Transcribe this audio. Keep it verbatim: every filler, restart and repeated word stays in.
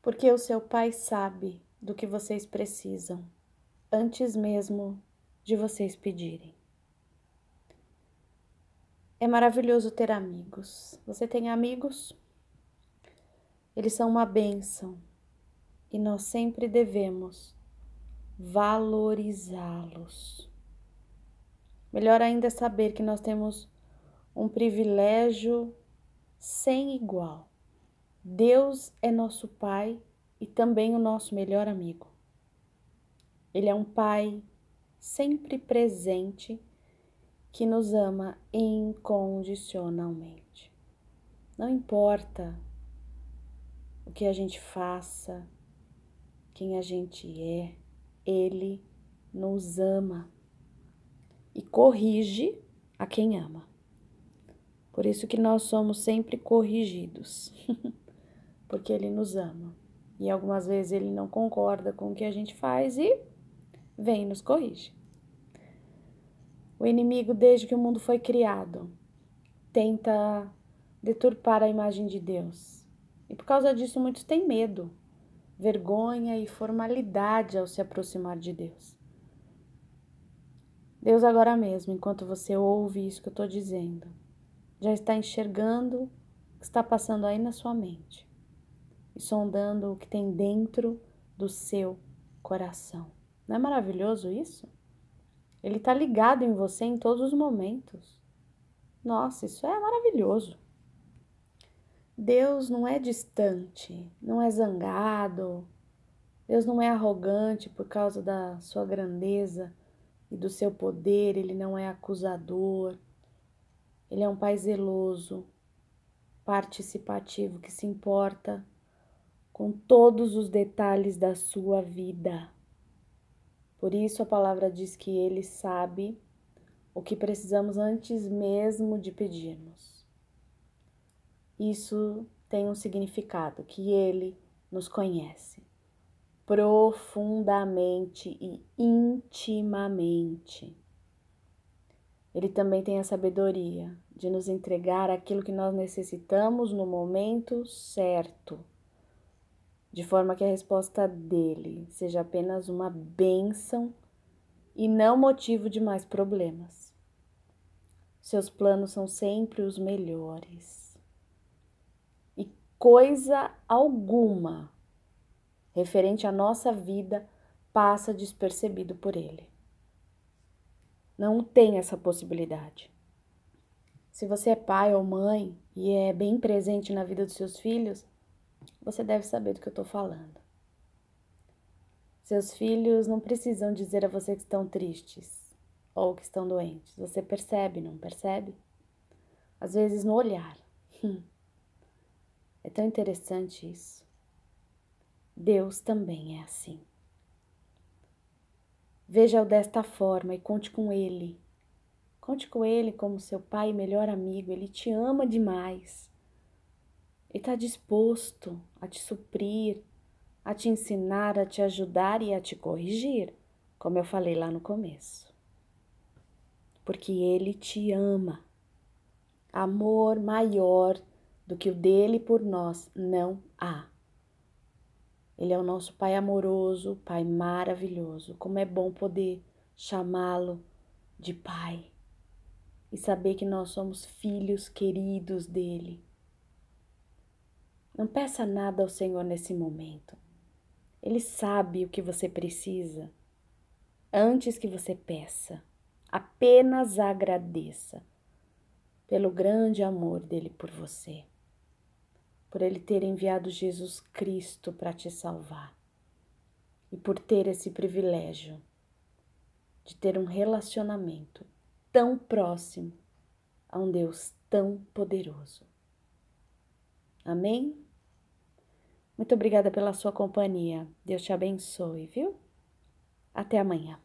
Porque o seu Pai sabe do que vocês precisam, antes mesmo de vocês pedirem. É maravilhoso ter amigos. Você tem amigos? Eles são uma bênção e nós sempre devemos valorizá-los. Melhor ainda é saber que nós temos um privilégio sem igual. Deus é nosso Pai e também o nosso melhor amigo. Ele é um Pai sempre presente que nos ama incondicionalmente. Não importa o que a gente faça, quem a gente é, Ele nos ama e corrige a quem ama. Por isso que nós somos sempre corrigidos, porque Ele nos ama. E algumas vezes Ele não concorda com o que a gente faz e vem e nos corrige. O inimigo, desde que o mundo foi criado, tenta deturpar a imagem de Deus. E por causa disso, muitos têm medo, vergonha e formalidade ao se aproximar de Deus. Deus agora mesmo, enquanto você ouve isso que eu estou dizendo, já está enxergando o que está passando aí na sua mente e sondando o que tem dentro do seu coração. Não é maravilhoso isso? Ele está ligado em você em todos os momentos. Nossa, isso é maravilhoso. Deus não é distante, não é zangado. Deus não é arrogante por causa da sua grandeza e do seu poder. Ele não é acusador. Ele é um Pai zeloso, participativo, que se importa com todos os detalhes da sua vida. Por isso a palavra diz que Ele sabe o que precisamos antes mesmo de pedirmos. Isso tem um significado, que Ele nos conhece profundamente e intimamente. Ele também tem a sabedoria de nos entregar aquilo que nós necessitamos no momento certo, de forma que a resposta dele seja apenas uma bênção e não motivo de mais problemas. Seus planos são sempre os melhores. E coisa alguma referente à nossa vida passa despercebido por ele. Não tem essa possibilidade. Se você é pai ou mãe e é bem presente na vida dos seus filhos, você deve saber do que eu estou falando. Seus filhos não precisam dizer a você que estão tristes ou que estão doentes. Você percebe, não percebe? Às vezes no olhar. É tão interessante isso. Deus também é assim. Veja-o desta forma e conte com Ele. Conte com Ele como seu pai e melhor amigo. Ele te ama demais. Ele está disposto a te suprir, a te ensinar, a te ajudar e a te corrigir, como eu falei lá no começo. Porque Ele te ama. Amor maior do que o dele por nós não há. Ele é o nosso Pai amoroso, Pai maravilhoso. Como é bom poder chamá-lo de Pai e saber que nós somos filhos queridos dele. Não peça nada ao Senhor nesse momento. Ele sabe o que você precisa. Antes que você peça, apenas agradeça pelo grande amor dele por você, por ele ter enviado Jesus Cristo para te salvar e por ter esse privilégio de ter um relacionamento tão próximo a um Deus tão poderoso. Amém? Muito obrigada pela sua companhia. Deus te abençoe, viu? Até amanhã.